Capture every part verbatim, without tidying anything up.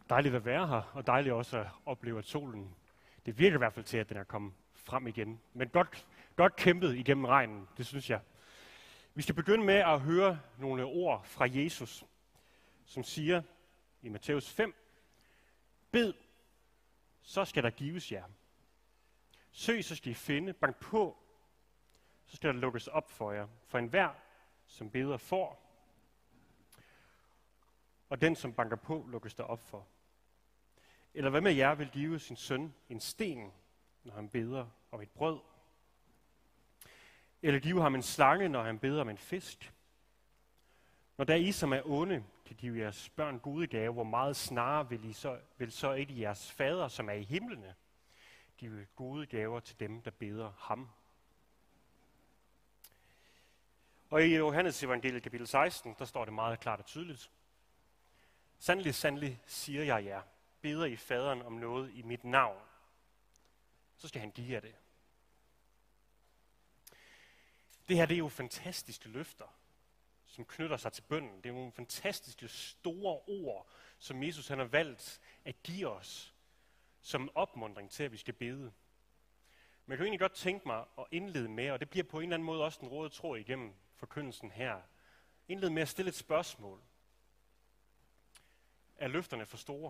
Dejligt at være her, og dejligt også at opleve, at solen, det virker i hvert fald til, at den er kommet frem igen. Men godt, godt kæmpet igennem regnen, det synes jeg. Vi skal begynde med at høre nogle ord fra Jesus, som siger i Matthæus fem, bed, så skal der gives jer. Søg, så skal I finde. Bank på, så skal der lukkes op for jer. For enhver, som beder, får. Og den, som banker på, lukkes der op for. Eller hvad med jer vil give sin søn en sten, når han beder om et brød? Eller give ham en slange, når han beder om en fisk? Når der I, som er onde, kan give jeres børn gode gaver, hvor meget snarere vil, I så, vil så ikke jeres fader, som er i himlene, give gode gaver til dem, der beder ham. Og i Johannes evangeliet kapitel seksten, der står det meget klart og tydeligt. Sandelig, sandelig, siger jeg jer, beder I faderen om noget i mit navn, så skal han give jer det. Det her, det er jo fantastiske løfter, som knytter sig til bønnen. Det er nogle fantastiske store ord, som Jesus han har valgt at give os som opmuntring til, at vi skal bede. Men jeg kan egentlig godt tænke mig at indlede med, og det bliver på en eller anden måde også den røde tråd igennem forkyndelsen her, indlede med at stille et spørgsmål. Er løfterne for store?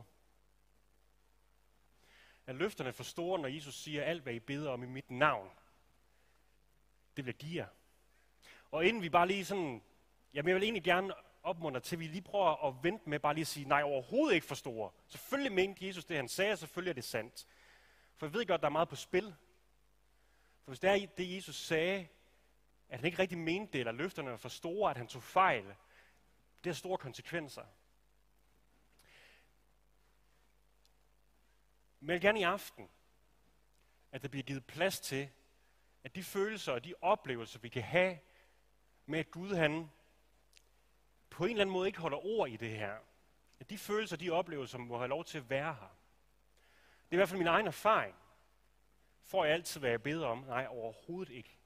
Er løfterne for store, når Jesus siger, alt hvad I beder om i mit navn, det vil jeg give jer? Og inden vi bare lige sådan, jamen jeg vil egentlig gerne opmuntre til, at vi lige prøver at vente med bare lige at sige, nej, overhovedet ikke for store. Selvfølgelig mente Jesus det, han sagde, og selvfølgelig er det sandt. For jeg ved godt, der er meget på spil. For hvis det er det, Jesus sagde, at han ikke rigtig mente det, eller løfterne var for store, at han tog fejl, det har store konsekvenser. Men jeg vil gerne i aften, at der bliver givet plads til, at de følelser og de oplevelser, vi kan have med, at Gud han på en eller anden måde ikke holder ord i det her, at de følelser, de oplevelser, må have lov til at være her. Det er i hvert fald min egen erfaring. Får jeg altid, hvad jeg beder om? Nej, overhovedet ikke.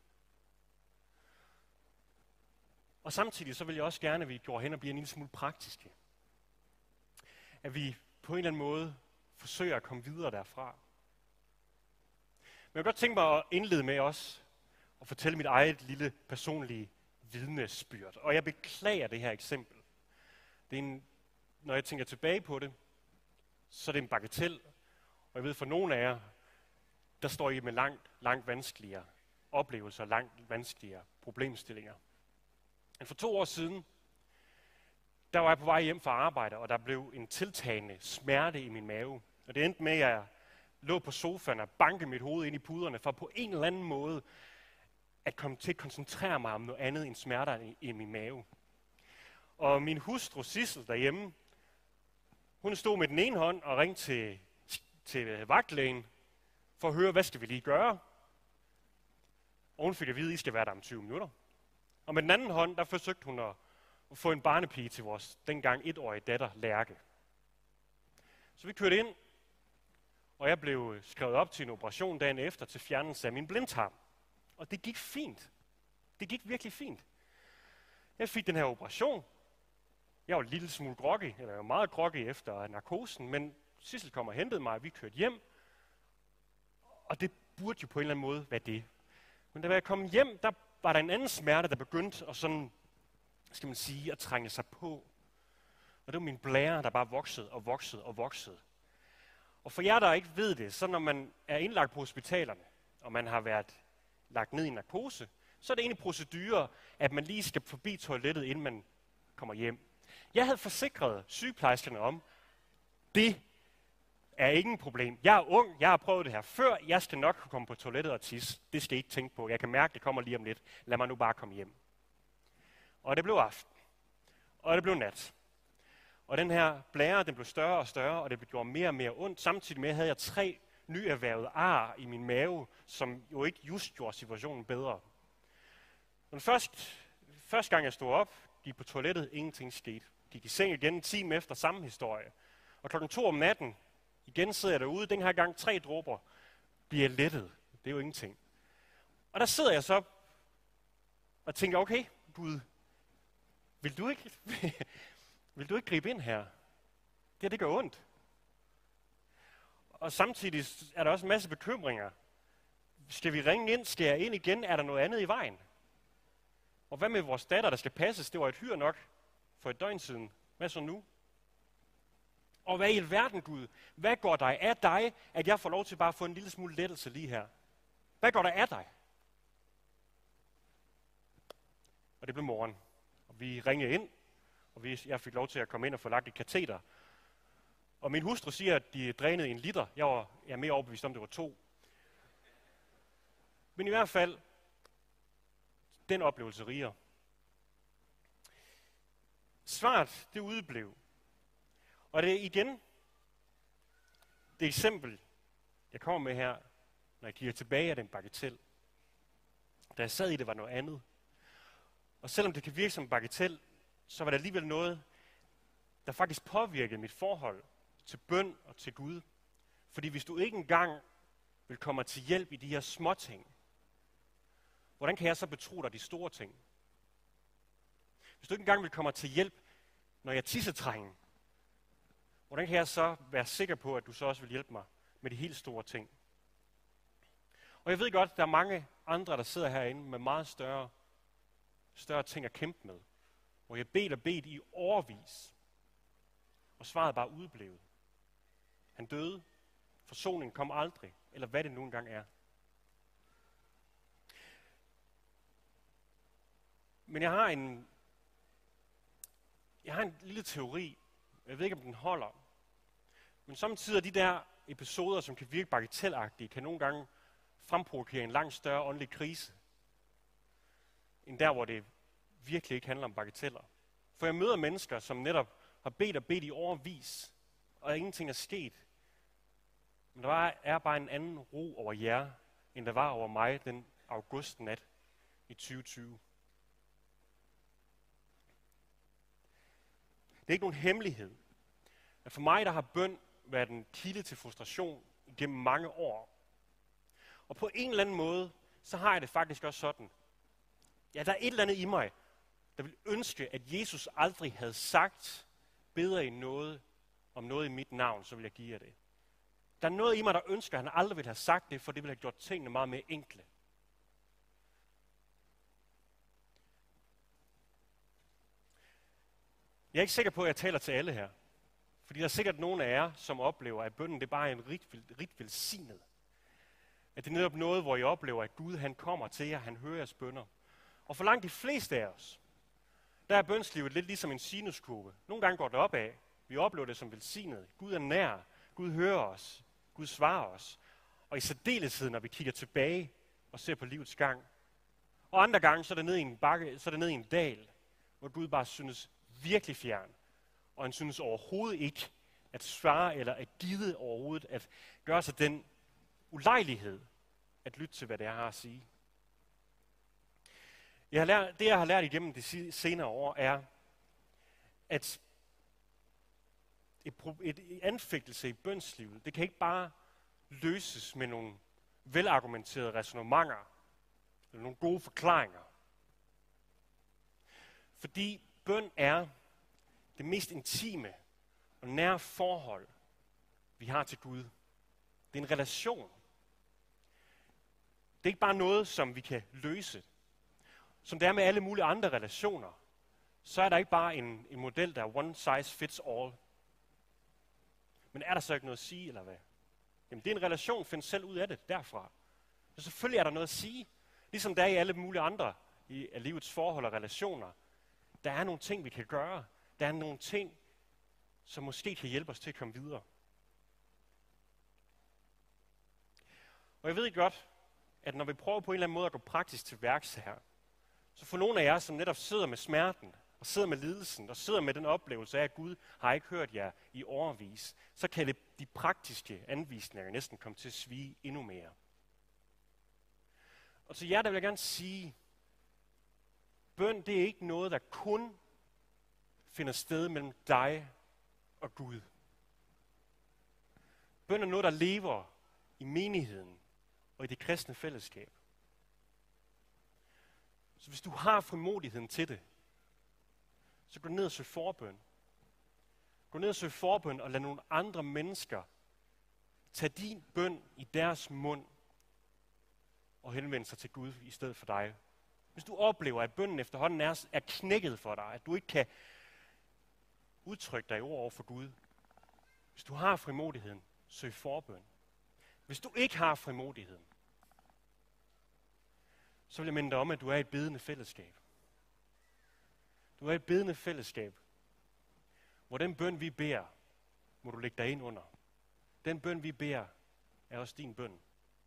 Og samtidig så vil jeg også gerne, at vi går hen og bliver en lille smule praktiske. At vi på en eller anden måde forsøger at komme videre derfra. Men jeg kan godt tænke mig at indlede med os og fortælle mit eget lille personlige vidnesbyrd. Og jeg beklager det her eksempel. Det er en, når jeg tænker tilbage på det, så er det en bagatel. Og jeg ved for nogle af jer, der står I med langt, langt vanskeligere oplevelser, langt vanskeligere problemstillinger. Men for to år siden, der var jeg på vej hjem fra arbejde, og der blev en tiltagende smerte i min mave. Og det endte med, at jeg lå på sofaen og bankede mit hoved ind i puderne, for på en eller anden måde at komme til at koncentrere mig om noget andet end smerter i, i min mave. Og min hustru Sissel derhjemme, hun stod med den ene hånd og ringte til, til vagtlægen for at høre, hvad skal vi lige gøre? Og hun fik at vide, at I skal være der om tyve minutter. Og med den anden hånd, der forsøgte hun at få en barnepige til vores dengang etårige datter, Lærke. Så vi kørte ind, og jeg blev skrevet op til en operation dagen efter til fjernelse af min blindtarm. Og det gik fint. Det gik virkelig fint. Jeg fik den her operation. Jeg var en lille smule groggy, eller jeg var meget groggy efter narkosen, men Sissel kom og hentede mig, og vi kørte hjem. Og det burde jo på en eller anden måde være det. Men da jeg kom hjem, der var der en anden smerte, der begyndte at sådan, skal man sige, at trænge sig på. Og det var min blære, der bare voksede og voksede og voksede. Og for jer, der ikke ved det, så når man er indlagt på hospitalerne, og man har været lagt ned i narkose, så er det egentlig procedure, at man lige skal forbi toilettet, inden man kommer hjem. Jeg havde forsikret sygeplejerskerne om, det er ingen problem. Jeg er ung, jeg har prøvet det her før, jeg skal nok kunne komme på toilettet og tisse. Det skal I ikke tænke på. Jeg kan mærke, det kommer lige om lidt. Lad mig nu bare komme hjem. Og det blev aften. Og det blev nat. Og den her blære, den blev større og større, og det blev gjort mere og mere ondt. Samtidig med havde jeg tre nyerhvervede ar i min mave, som jo ikke just gjorde situationen bedre. Men først, første gang jeg stod op, gik på toilettet, ingenting skete. Gik i seng igen en time efter, samme historie. Og klokken to om natten, igen sidder jeg derude, den her gang tre dråber, bliver lettet. Det er jo ingenting. Og der sidder jeg så og tænker, okay, Gud, vil du ikke, vil du ikke gribe ind her? Det her, det gør ondt. Og samtidig er der også en masse bekymringer. Skal vi ringe ind? Skal jeg ind igen? Er der noget andet i vejen? Og hvad med vores datter, der skal passes? Det var et hyr nok for et døgn siden. Hvad så nu? Og hvad i alverden, Gud? Hvad går der af dig, at jeg får lov til bare at få en lille smule lettelse lige her? Hvad går der af dig? Og det blev morgen. Og vi ringede ind, og vi, jeg fik lov til at komme ind og få lagt et kateter. Og min hustru siger, at de drænede en liter. Jeg var jeg er mere overbevist om, det var to. Men i hvert fald, den oplevelse riger. Svaret, det udeblev. Og det er igen det eksempel, jeg kommer med her, når jeg kigger tilbage af den bagatel. Da jeg sad i det, var noget andet. Og selvom det kan virke som en bagatel, så var det alligevel noget, der faktisk påvirkede mit forhold til bøn og til Gud. Fordi hvis du ikke engang vil komme til hjælp i de her små ting, hvordan kan jeg så betro dig de store ting? Hvis du ikke engang vil komme til hjælp, når jeg tissetrænger, hvordan kan jeg så være sikker på, at du så også vil hjælpe mig med de helt store ting? Og jeg ved godt, at der er mange andre, der sidder herinde med meget større, større ting at kæmpe med. Hvor jeg bedt og bedt i årevis, og svaret bare udeblevet. Han døde, forsoningen kom aldrig, eller hvad det nu engang er. Men jeg har en, jeg har en lille teori. Jeg ved ikke, om den holder. Men samtidig de der episoder, som kan virke bagatelagtige, kan nogle gange fremprovokere en langt større åndelig krise, end der, hvor det virkelig ikke handler om bagateller. For jeg møder mennesker, som netop har bedt og bedt i årevis, og ingenting er sket. Men der er bare en anden ro over jer, end der var over mig den augustnat i tyve tyve. Det er ikke nogen hemmelighed, at for mig, der har bøn været en kilde til frustration gennem mange år. Og på en eller anden måde, så har jeg det faktisk også sådan. Ja, der er et eller andet i mig, der vil ønske, at Jesus aldrig havde sagt, beder I noget om noget i mit navn, så vil jeg give jer det. Der er noget i mig, der ønsker, at han aldrig ville have sagt det, for det ville have gjort tingene meget mere enkle. Jeg er ikke sikker på, at jeg taler til alle her. Fordi der er sikkert nogen af jer, som oplever, at bønnen det bare er en rigt, rigt velsignet. At det er netop noget, hvor I oplever, at Gud han kommer til jer, han hører jeres bønner. Og for langt de fleste af os, der er bønslivet lidt ligesom en sinuskurve. Nogle gange går det opad. Vi oplever det som velsignet. Gud er nær. Gud hører os. Gud svarer os. Og i særdeleshed, når vi kigger tilbage og ser på livets gang. Og andre gange, så er det ned i en bakke, så er det ned i en dal, hvor Gud bare synes virkelig fjern. Og han synes overhovedet ikke at svare eller at gide overhovedet at gøre sig den ulejlighed at lytte til, hvad det er, jeg har at sige. Jeg har lært, det, jeg har lært igennem de senere år, er, at et, et anfægtelse i bønslivet, det kan ikke bare løses med nogle velargumenterede ræsonnementer, eller nogle gode forklaringer. Fordi bøn er det mest intime og nære forhold, vi har til Gud. Det er en relation. Det er ikke bare noget, som vi kan løse. Som det er med alle mulige andre relationer, så er der ikke bare en, en model, der er one size fits all. Men er der så ikke noget at sige, eller hvad? Jamen det er en relation, find selv ud af det derfra. Så selvfølgelig er der noget at sige. Ligesom der er i alle mulige andre i af livets forhold og relationer. Der er nogle ting, vi kan gøre. Der er nogle ting, som måske kan hjælpe os til at komme videre. Og jeg ved godt, at når vi prøver på en eller anden måde at gå praktisk til værks her, så for nogle af jer, som netop sidder med smerten, og sidder med lidelsen, og sidder med den oplevelse af, at Gud har ikke hørt jer i årevis, så kan de praktiske anvisninger næsten komme til at svige endnu mere. Og til jer, der vil jeg gerne sige, bøn, det er ikke noget, der kun finder sted mellem dig og Gud. Bøn er noget, der lever i menigheden og i det kristne fællesskab. Så hvis du har frimodigheden til det, så gå ned og søg forbøn. Gå ned og søg forbøn og lad nogle andre mennesker tage din bøn i deres mund og henvende sig til Gud i stedet for dig. Hvis du oplever, at bønnen efterhånden er, er knækket for dig, at du ikke kan udtrykke dig i ord over for Gud. Hvis du har frimodigheden, søg forbøn. Hvis du ikke har frimodigheden, så vil jeg minde dig om, at du er i et bedende fællesskab. Du er i et bedende fællesskab, hvor den bøn, vi beder, må du lægge dig ind under. Den bøn, vi beder, er også din bøn.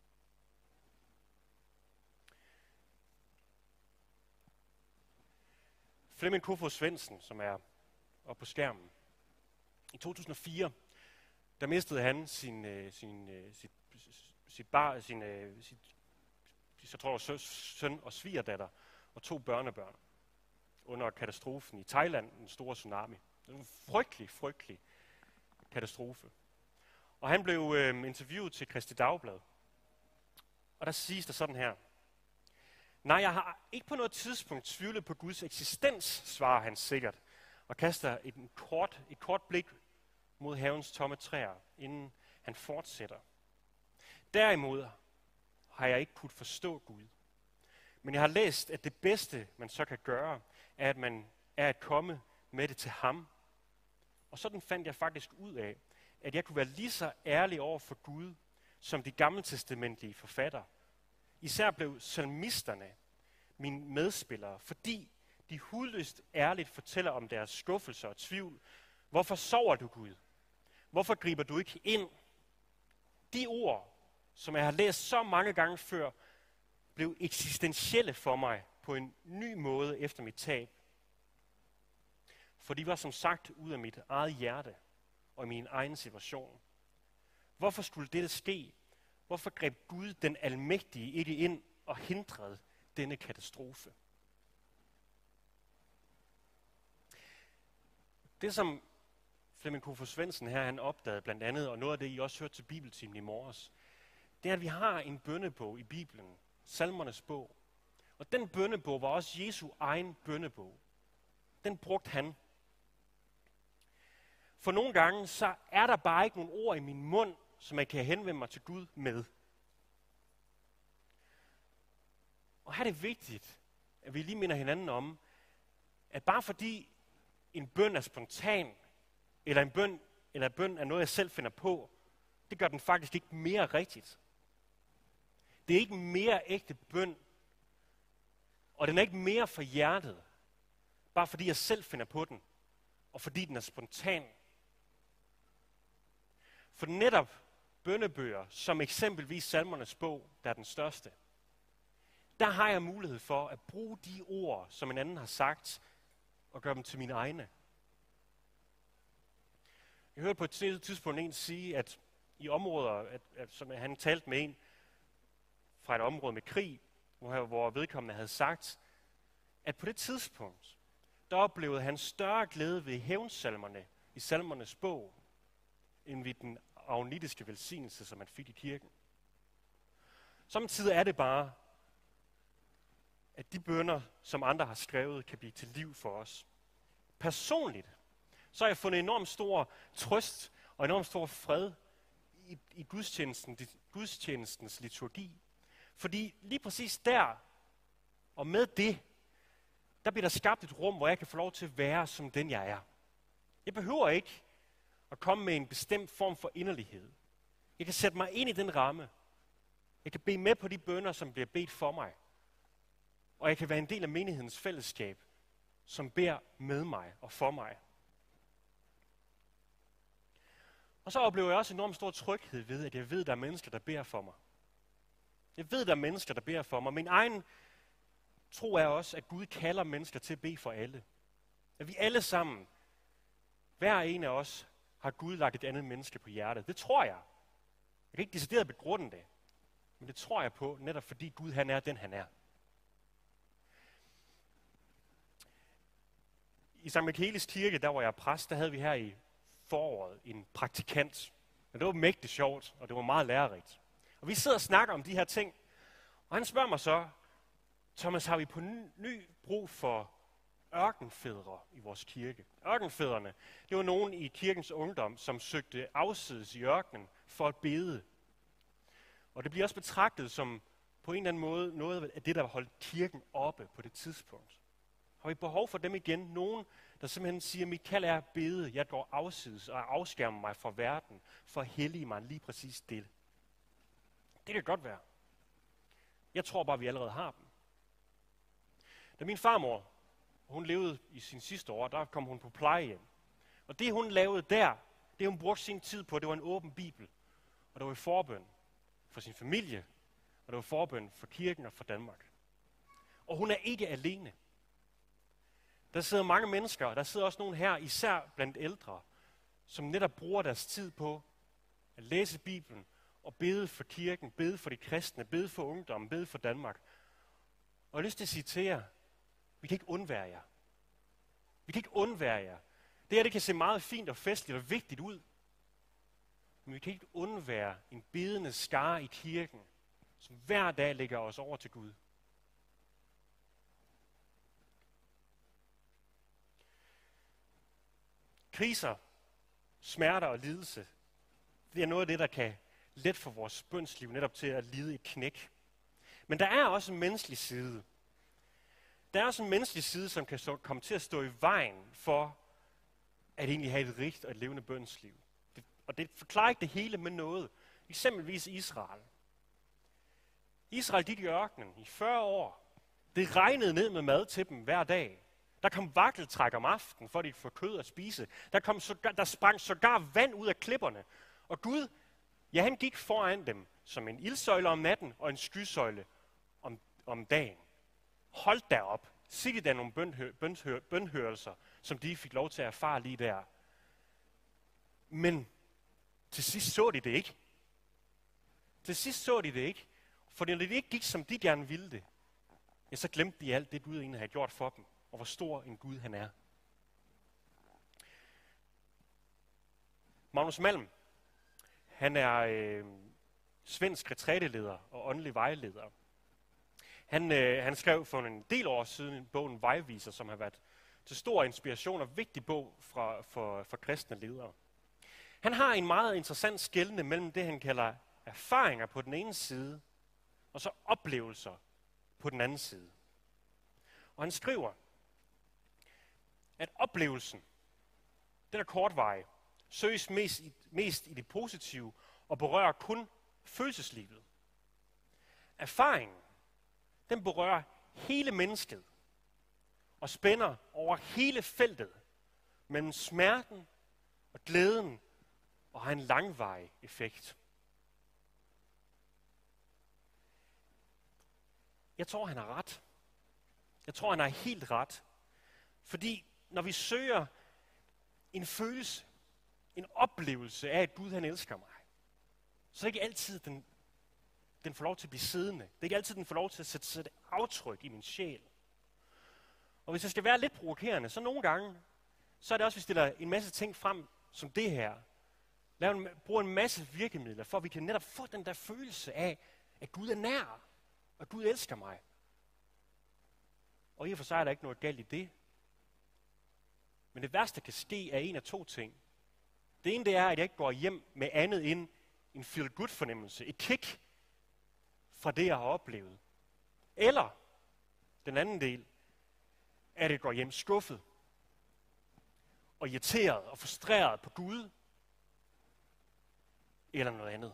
Flemming Kofod Svendsen, som er oppe på skærmen. I to tusind og fire, der mistede han sin, øh, sin, øh, sit, sit bar, sin, øh, sit, så tror jeg, søn og svigerdatter og to børnebørn under katastrofen i Thailand, den store tsunami. Det var en frygtelig, frygtelig katastrofe. Og han blev øh, interviewet til Kristi Dagblad. Og der siges der sådan her. Nej, jeg har ikke på noget tidspunkt tvivlet på Guds eksistens, svarer han sikkert, og kaster et kort, et kort blik mod havens tomme træer, inden han fortsætter. Derimod har jeg ikke kunnet forstå Gud. Men jeg har læst, at det bedste, man så kan gøre, er, at man er at komme med det til ham. Og sådan fandt jeg faktisk ud af, at jeg kunne være lige så ærlig over for Gud, som de gammeltestamentlige forfattere. Især blev salmisterne mine medspillere, fordi de hudløst ærligt fortæller om deres skuffelser og tvivl. Hvorfor sover du, Gud? Hvorfor griber du ikke ind? De ord, som jeg har læst så mange gange før, blev eksistentielle for mig på en ny måde efter mit tab. For de var som sagt ud af mit eget hjerte og min egen situation. Hvorfor skulle dette ske? Hvorfor greb Gud den almægtige ikke ind og hindrede denne katastrofe? Det som Flemming Kofod Svendsen her, han opdagede blandt andet, og noget af det, I også hørte til Bibeltimen i morges, det er, at vi har en bønnebog i Bibelen, Salmernes bog. Og den bønnebog var også Jesu egen bønnebog. Den brugte han. For nogle gange, så er der bare ikke nogen ord i min mund, som jeg kan henvende mig til Gud med. Og her er det vigtigt, at vi lige minder hinanden om, at bare fordi en bøn er spontan, eller en bøn, eller en bøn er noget, jeg selv finder på, det gør den faktisk ikke mere rigtigt. Det er ikke mere ægte bøn, og den er ikke mere for hjertet, bare fordi jeg selv finder på den, og fordi den er spontan. For netop bønnebøger, som eksempelvis Salmernes bog, der er den største, der har jeg mulighed for at bruge de ord, som en anden har sagt, og gøre dem til mine egne. Jeg hørte på et tidspunkt en sige, at i områder, at, at, som han talte med en fra et område med krig, hvor, hvor vedkommende havde sagt, at på det tidspunkt, der oplevede han større glæde ved hævnsalmerne i Salmernes bog, end ved den agnitiske velsignelse, som man fik i kirken. Samtidig er det bare, at de bønner, som andre har skrevet, kan blive til liv for os. Personligt, så har jeg fundet enormt stor trøst og enormt stor fred i, i gudstjenesten, gudstjenestens liturgi. Fordi lige præcis der, og med det, der bliver der skabt et rum, hvor jeg kan få lov til at være som den, jeg er. Jeg behøver ikke at komme med en bestemt form for inderlighed. Jeg kan sætte mig ind i den ramme. Jeg kan bede med på de bønner, som bliver bedt for mig. Og jeg kan være en del af menighedens fællesskab, som beder med mig og for mig. Og så oplever jeg også enormt stor tryghed ved, at jeg ved, at der er mennesker, der beder for mig. Jeg ved, at der er mennesker, der beder for mig. Min egen tro er også, at Gud kalder mennesker til at bede for alle. At vi alle sammen, hver en af os, har Gud lagt et andet menneske på hjertet. Det tror jeg. Jeg kan ikke decideret begrunde det. Men det tror jeg på, netop fordi Gud han er den, han er. I Sankt Michaelis Kirke, der hvor jeg er præst, der havde vi her i foråret en praktikant. Og det var mægtigt sjovt, og det var meget lærerigt. Og vi sidder og snakker om de her ting. Og han spørger mig så, Thomas, har vi på ny brug for ørkenfædre i vores kirke? Ørkenfædrene, det var nogen i kirkens ungdom, som søgte afsides i ørkenen for at bede. Og det bliver også betragtet som på en eller anden måde noget af det, der holdt kirken oppe på det tidspunkt. Har vi behov for dem igen? Nogen, der simpelthen siger, mit kald er at bede, jeg går afsides og afskærmer mig fra verden, for at hellige mig lige præcis det. Det kan godt være. Jeg tror bare, vi allerede har dem. Da min farmor, hun levede i sin sidste år, der kom hun på plejehjem. Og det hun lavede der, det hun brugte sin tid på, det var en åben bibel. Og det var i forbøn for sin familie, og det var forbøn for kirken og for Danmark. Og hun er ikke alene. Der sidder mange mennesker, og der sidder også nogen her, især blandt ældre, som netop bruger deres tid på at læse Bibelen og bede for kirken, bede for de kristne, bede for ungdommen, bede for Danmark. Og jeg har lyst til at sige til jer, vi kan ikke undvære jer. Vi kan ikke undvære jer. Det her, det kan se meget fint og festligt og vigtigt ud. Men vi kan ikke undvære en bedende skare i kirken, som hver dag lægger os over til Gud. Kriser, smerter og lidelse, det er noget af det, der kan let for vores bønsliv netop til at lide et knæk. Men der er også en menneskelig side. Der er også en menneskelig side, som kan stå, komme til at stå i vejen for at egentlig have et rigt og et levende bønsliv. Det, og det forklarer ikke det hele med noget. Eksempelvis Israel. Israel gik i ørkenen i fyrre år. Det regnede ned med mad til dem hver dag. Der kom vakkeltræk om aftenen, for at de kunne få kød at spise. Der, kom sågar, der sprang sågar vand ud af klipperne. Og Gud, ja, han gik foran dem som en ildsøjle om natten og en skysøjle om, om dagen. Hold derop. Sig de der nogle bønhør, bønhør, bønhørelser, som de fik lov til at erfare lige der. Men til sidst så de det ikke. Til sidst så de det ikke. For når det ikke gik, som de gerne ville det, ja, så glemte de alt det, Gud egentlig havde gjort for dem, og hvor stor en Gud han er. Magnus Malm, han er øh, svensk retræteleder og åndelig vejleder. Han, øh, han skrev for en del år siden bogen Vejviser, som har været til stor inspiration og vigtig bog fra, for, for kristne ledere. Han har en meget interessant skelne mellem det, han kalder erfaringer på den ene side, og så oplevelser på den anden side. Og han skriver, at oplevelsen, den er kortvarig, søges mest i, mest i det positive og berører kun følelseslivet. Erfaringen, den berører hele mennesket og spænder over hele feltet mellem smerten og glæden og har en langvarig effekt. Jeg tror, han har ret. Jeg tror, han har helt ret. Fordi når vi søger en følelse, en oplevelse af, at Gud han elsker mig, så er det ikke altid, den, den får lov til at blive siddende. Det er ikke altid, den får lov til at sætte, sætte aftryk i min sjæl. Og hvis jeg skal være lidt provokerende, så nogle gange, så er det også, at vi stiller en masse ting frem som det her. Lad en, bruger en masse virkemidler, for at vi kan netop få den der følelse af, at Gud er nær, og Gud elsker mig. Og i og for sig er der ikke noget galt i det. Men det værste, der kan ske, er en af to ting. Det ene, det er, at jeg ikke går hjem med andet end en feel-good-fornemmelse, et kick fra det, jeg har oplevet. Eller, den anden del, at jeg går hjem skuffet og irriteret og frustreret på Gud, eller noget andet.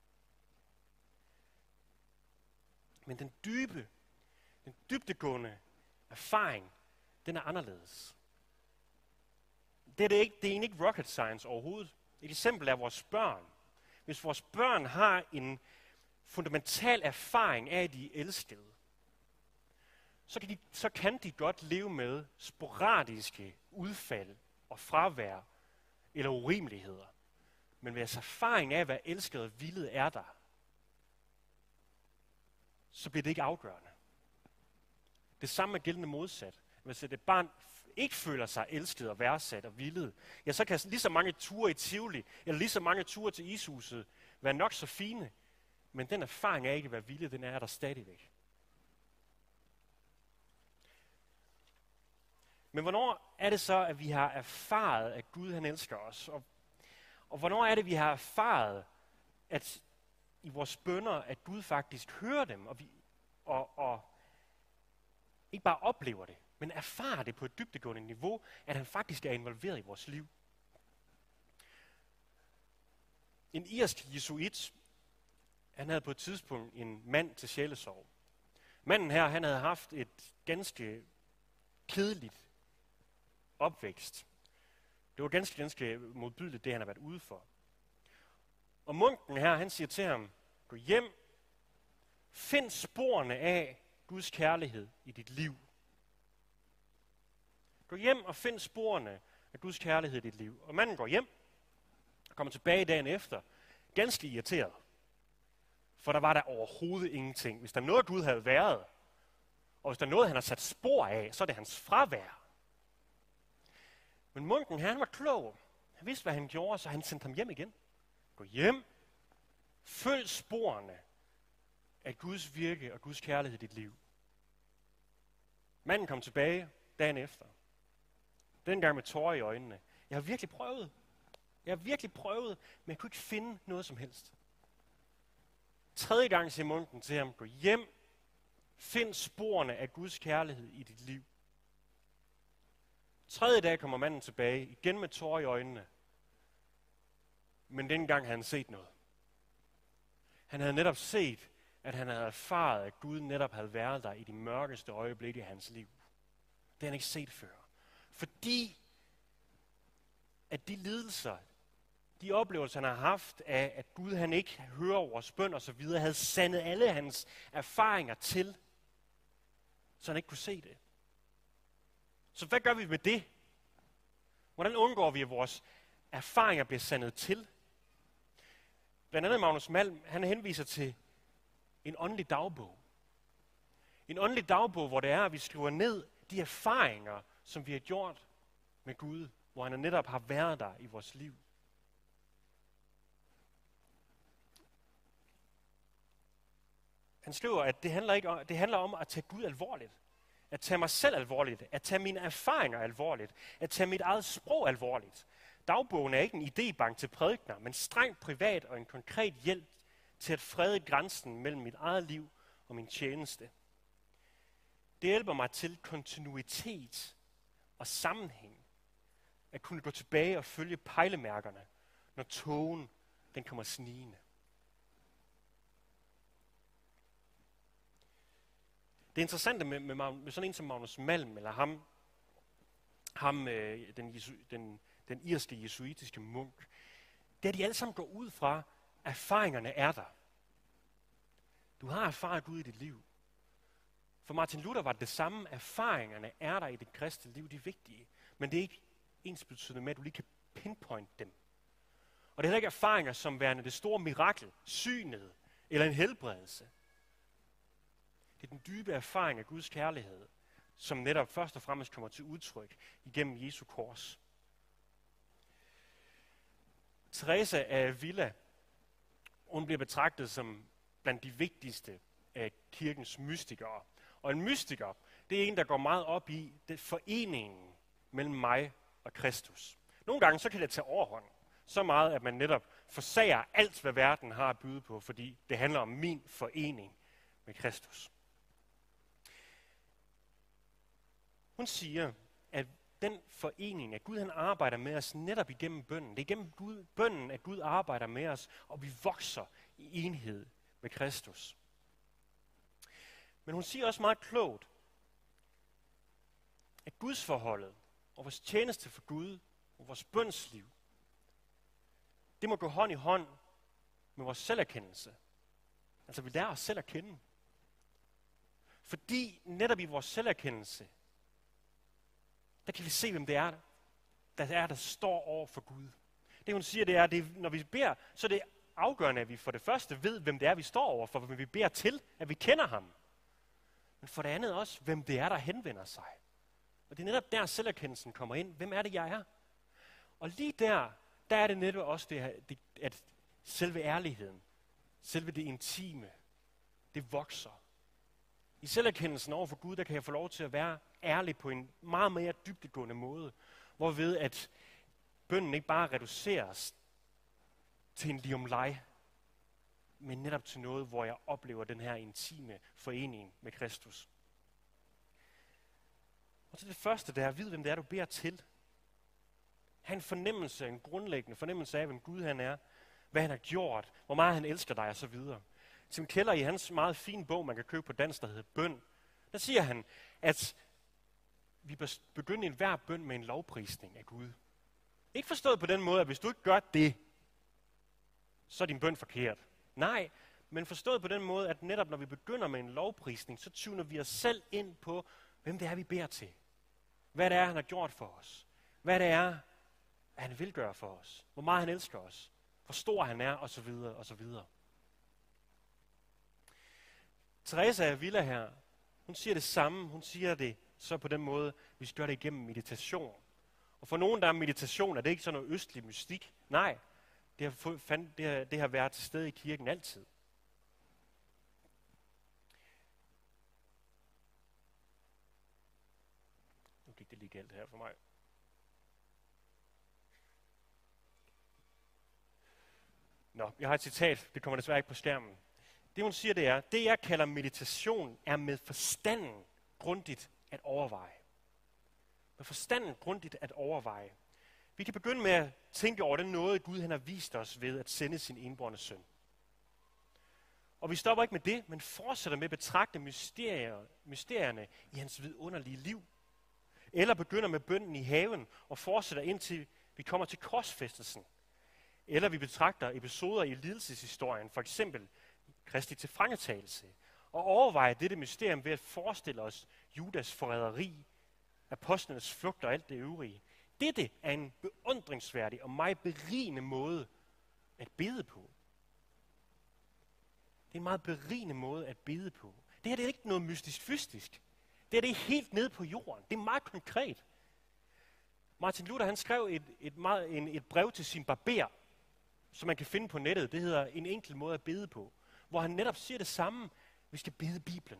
Men den dybe, den dybdegående erfaring, den er anderledes. Det er, det ikke, det er egentlig ikke rocket science overhovedet. Et eksempel er vores børn. Hvis vores børn har en fundamental erfaring af, at de er elskede, så kan de, så kan de godt leve med sporadiske udfald og fravær eller urimeligheder. Men hvis erfaring af, hvad elsket og villet er der, så bliver det ikke afgørende. Det samme er gældende modsat. Hvis et barn ikke føler sig elsket og værdsat og villet, ja, så kan lige så mange ture i Tivoli, eller lige så mange ture til ishuset, være nok så fine, men den erfaring af ikke at være villet, den er der stadigvæk. Men hvornår er det så, at vi har erfaret, at Gud han elsker os? Og, og hvornår er det, vi har erfaret, at i vores bønner, at Gud faktisk hører dem, og, vi, og, og ikke bare oplever det, men erfarer det på et dybdegående niveau, at han faktisk er involveret i vores liv. En irsk jesuit, han havde på et tidspunkt en mand til sjælesorg. Manden her, han havde haft et ganske kedeligt opvækst. Det var ganske, ganske modbydeligt, det han har været ude for. Og munken her, han siger til ham, gå hjem, find sporene af Guds kærlighed i dit liv. Gå hjem og find sporene af Guds kærlighed i dit liv. Og manden går hjem, og kommer tilbage dagen efter, ganske irriteret. For der var der overhovedet ingenting. Hvis der er noget, Gud havde været, og hvis der er noget, han har sat spor af, så er det hans fravær. Men munken, han var klog. Han vidste, hvad han gjorde, så han sendte ham hjem igen. Gå hjem, følg sporene af Guds virke og Guds kærlighed i dit liv. Manden kom tilbage dagen efter. Dengang med tårer i øjnene. Jeg har virkelig prøvet. Jeg har virkelig prøvet, men jeg kunne ikke finde noget som helst. Tredje gang siger munken til ham, gå hjem, find sporene af Guds kærlighed i dit liv. Tredje dag kommer manden tilbage, igen med tårer i øjnene. Men dengang havde han set noget. Han havde netop set, at han havde erfaret, at Gud netop havde været der i de mørkeste øjeblikke i hans liv. Det havde han ikke set før. Fordi at de lidelser, de oplevelser, han har haft af, at Gud han ikke hører vores bøn og så videre, havde sandet alle hans erfaringer til, så han ikke kunne se det. Så hvad gør vi med det? Hvordan undgår vi, at vores erfaringer bliver sandet til? Blandt andet Magnus Malm, han henviser til en åndelig dagbog. En åndelig dagbog, hvor det er, at vi skriver ned de erfaringer, som vi har gjort med Gud, hvor han netop har været der i vores liv. Han skriver, at det handler, ikke om, det handler om at tage Gud alvorligt. At tage mig selv alvorligt. At tage mine erfaringer alvorligt. At tage mit eget sprog alvorligt. Dagbogen er ikke en idébank til prædikener, men strengt privat og en konkret hjælp til at frede grænsen mellem mit eget liv og min tjeneste. Det hjælper mig til kontinuitet og sammenhæng. At kunne gå tilbage og følge pejlemærkerne, når togen den kommer snigende. Det interessante med, med, med sådan en som Magnus Malm, eller ham, ham øh, den, jesu, den, den irske jesuitiske munk, det er, at de alle sammen går ud fra, at erfaringerne er der. Du har erfaret Gud i dit liv. For Martin Luther var det, det samme. Erfaringerne er der i dit kristne liv, de er vigtige. Men det er ikke ensbetydende med, at du lige kan pinpointe dem. Og det er heller ikke erfaringer som værende det store mirakel, synet eller en helbredelse. Det er den dybe erfaring af Guds kærlighed, som netop først og fremmest kommer til udtryk igennem Jesu kors. Teresa af Avila, hun bliver betragtet som blandt de vigtigste af kirkens mystikere. Og en mystiker, det er en, der går meget op i det foreningen mellem mig og Kristus. Nogle gange så kan det tage overhånd. Så meget, at man netop forsager alt, hvad verden har at byde på, fordi det handler om min forening med Kristus. Hun siger, at den forening, at Gud han arbejder med os netop igennem bønnen. Det er igennem Gud, bønnen, at Gud arbejder med os, og vi vokser i enhed med Kristus. Men hun siger også meget klogt, at Guds forholdet og vores tjeneste for Gud og vores bønsliv, det må gå hånd i hånd med vores selverkendelse. Altså vi lærer os selv at kende. Fordi netop i vores selverkendelse, der kan vi se, hvem det er, der er, der står over for Gud. Det hun siger, det er, at når vi beder, så er det afgørende, at vi for det første ved, hvem det er, vi står over for, hvem vi beder til, at vi kender ham. Men for det andet også, hvem det er, der henvender sig. Og det er netop der, selverkendelsen kommer ind. Hvem er det, jeg er? Og lige der, der er det netop også det, her, at selve ærligheden, selve det intime, det vokser. I selverkendelsen over for Gud, der kan jeg få lov til at være ærlig på en meget mere dybdegående måde, hvorved at bønnen ikke bare reduceres til en liumlej, men netop til noget, hvor jeg oplever den her intime forening med Kristus. Og så det første, der er at vide, hvem det er, du beder til. Ha' en fornemmelse, en grundlæggende fornemmelse af, hvem Gud han er, hvad han har gjort, hvor meget han elsker dig osv. Tim Keller i hans meget fine bog, man kan købe på dansk, der hedder Bøn, der siger han, at vi bør begynde enhver bøn med en lovprisning af Gud. Ikke forstået på den måde, at hvis du ikke gør det, så er din bøn forkert. Nej, men forstået på den måde, at netop når vi begynder med en lovprisning, så tuner vi os selv ind på, hvem det er, vi beder til. Hvad det er, han har gjort for os. Hvad det er, han vil gøre for os. Hvor meget han elsker os. Hvor stor han er, og så videre, og så videre. Teresa af Villa her, hun siger det samme. Hun siger det så på den måde, vi skal gøre det igennem meditation. Og for nogen, der er meditation, er det ikke sådan noget østlig mystik. Nej, det har, fandt, det har, det har været til stede i kirken altid. Nu gik det lige galt her for mig. Nå, jeg har et citat, det kommer desværre ikke på skærmen. Det hun siger, det er, det jeg kalder meditation, er med forstanden grundigt at overveje. Med forstanden grundigt at overveje. Vi kan begynde med at tænke over den noget, Gud han har vist os ved at sende sin enbårne søn. Og vi stopper ikke med det, men fortsætter med at betragte mysterier, mysterierne i hans vidunderlige liv. Eller begynder med bønnen i haven og fortsætter indtil vi kommer til korsfæstelsen. Eller vi betragter episoder i lidelseshistorien, for eksempel Kristi tilfangetagelse, og overvejer dette mysterium ved at forestille os Judas forræderi, apostlenes flugt og alt det øvrige. Dette er en beundringsværdig og meget berigende måde at bede på. Det er en meget berigende måde at bede på. Det her det er ikke noget mystisk-fystisk. Det her det er helt nede på jorden. Det er meget konkret. Martin Luther han skrev et, et, meget, en, et brev til sin barber, som man kan finde på nettet. Det hedder En enkel måde at bede på. Hvor han netop siger det samme. Vi skal bede Bibelen.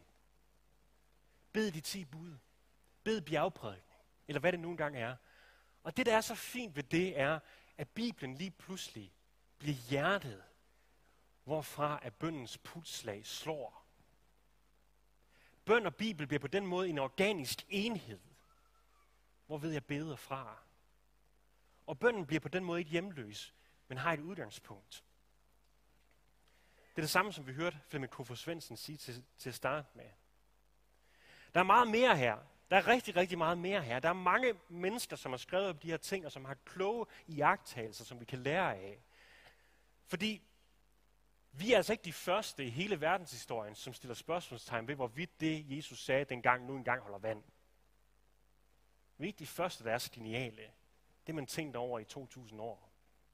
Bed de ti bud. Bed bjergprædikning. Eller hvad det nu engang er. Og det, der er så fint ved det, er, at Bibelen lige pludselig bliver hjertet, hvorfra at bønnens pulsslag slår. Bøn og Bibel bliver på den måde en organisk enhed. Hvor ved jeg beder fra? Og bønnen bliver på den måde ikke hjemløs, men har et udgangspunkt. Det er det samme, som vi hørte Flemming Kofod Svendsen sige til, til at starte med. Der er meget mere her. Der er rigtig, rigtig meget mere her. Der er mange mennesker, som har skrevet om de her ting, og som har kloge iagttagelser, som vi kan lære af. Fordi vi er altså ikke de første i hele verdenshistorien, som stiller spørgsmålstegn ved, hvorvidt det, Jesus sagde dengang, nu engang holder vand. Vi er ikke de første, der er så geniale. Det er man tænkt over i to tusind år.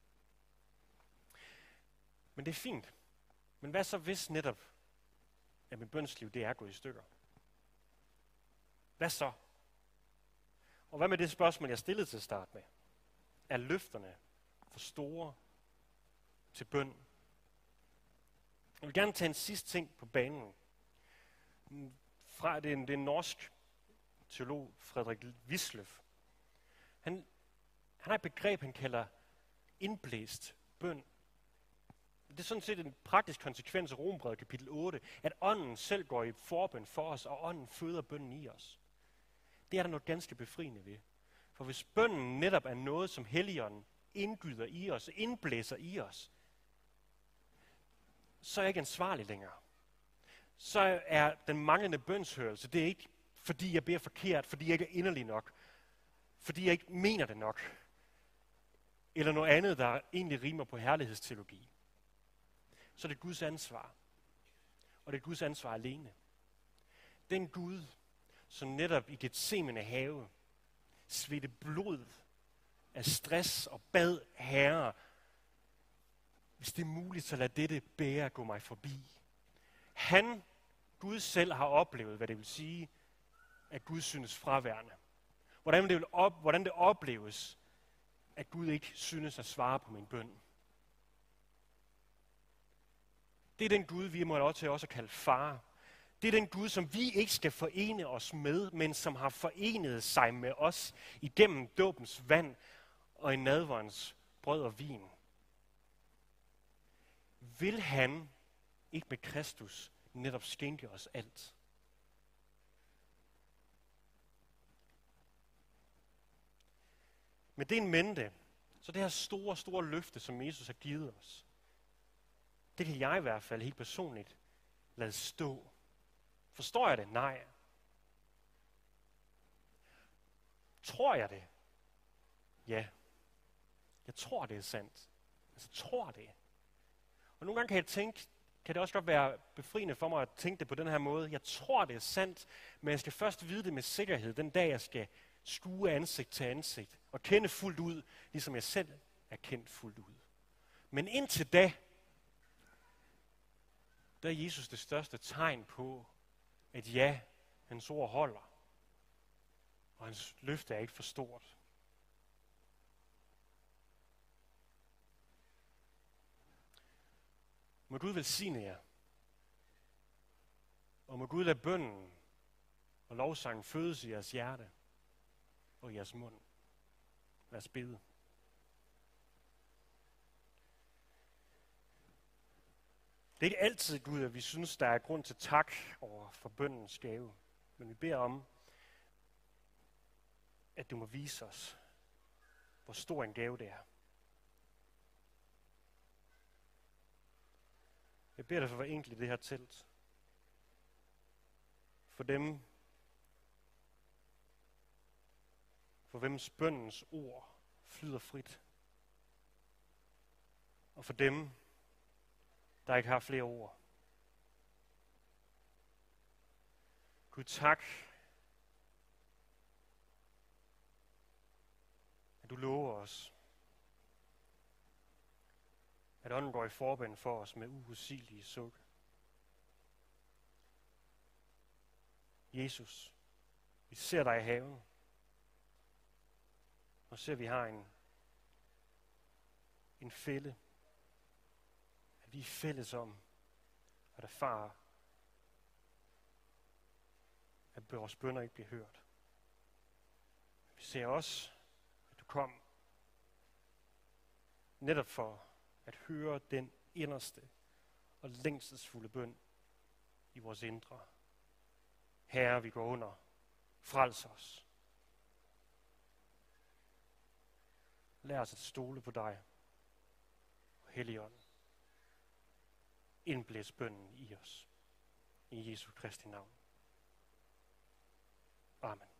Men det er fint. Men hvad så hvis netop, at mit bønsliv det er gået i stykker? Hvad så? Og hvad med det spørgsmål, jeg stillede til at starte med? Er løfterne for store til bøn? Jeg vil gerne tage en sidste ting på banen. Fra, det, er en, det er en norsk teolog, Frederik Wisløff. Han, han har et begreb, han kalder indblæst bøn. Det er sådan set en praktisk konsekvens af Romerbrevet kapitel otte, at ånden selv går i forbøn for os, og ånden føder bønnen i os. Det er der noget ganske befriende ved. For hvis bønnen netop er noget, som Helligånden indgyder i os, indblæser i os, så er jeg ikke ansvarlig længere. Så er den manglende bønshørelse, det er ikke fordi jeg beder forkert, fordi jeg ikke er inderlig nok, fordi jeg ikke mener det nok, eller noget andet, der egentlig rimer på herlighedsteologi. Så det er Guds ansvar. Og det er Guds ansvar alene. Den Gud, som netop i Getsemane have svedte blod af stress og bad Herre, hvis det er muligt, så lad dette bære gå mig forbi. Han, Gud selv, har oplevet, hvad det vil sige, at Gud synes fraværende. Hvordan det, vil op, hvordan det opleves, at Gud ikke synes at svare på min bøn. Det er den Gud, vi må også til også at kalde far. Det er den Gud, som vi ikke skal forene os med, men som har forenet sig med os igennem dåbens vand og i nadverens brød og vin. Vil han ikke med Kristus netop skænke os alt? Med det en mente, så det her store, store løfte, som Jesus har givet os, det kan jeg i hvert fald helt personligt lade stå. Forstår jeg det? Nej. Tror jeg det? Ja. Jeg tror, det er sandt. Altså, tror det. Og nogle gange kan jeg tænke, kan det også godt være befriende for mig at tænke det på den her måde. Jeg tror, det er sandt, men jeg skal først vide det med sikkerhed, den dag jeg skal skue ansigt til ansigt og kende fuldt ud, ligesom jeg selv er kendt fuldt ud. Men indtil da, der er Jesus det største tegn på, at ja, hans ord holder, og hans løfte er ikke for stort. Må Gud velsigne jer, og må Gud lade bønnen og lovsangen fødes i jeres hjerte og i jeres mund. Lad os bede. Det er ikke altid, Gud, at vi synes, der er grund til tak over for bønnens gave. Men vi beder om, at du må vise os, hvor stor en gave det er. Jeg beder dig for hver enkelt i det her telt. For dem, for hvem bønnens ord flyder frit. Og for dem, der ikke har flere ord. Gud, tak, at du lover os, at ånden går i forbind for os med uudsigelige suk. Jesus, vi ser dig i haven, og ser, at vi har en, en fælde, at vi er fælles om at erfare, at vores bønner ikke bliver hørt. Vi ser også, at du kom netop for at høre den inderste og længselsfulde bøn i vores indre. Herre, vi går under. Frels os. Lær os at stole på dig, og Helligånd. Indblæs bønnen i os. I Jesu Kristi navn. Amen.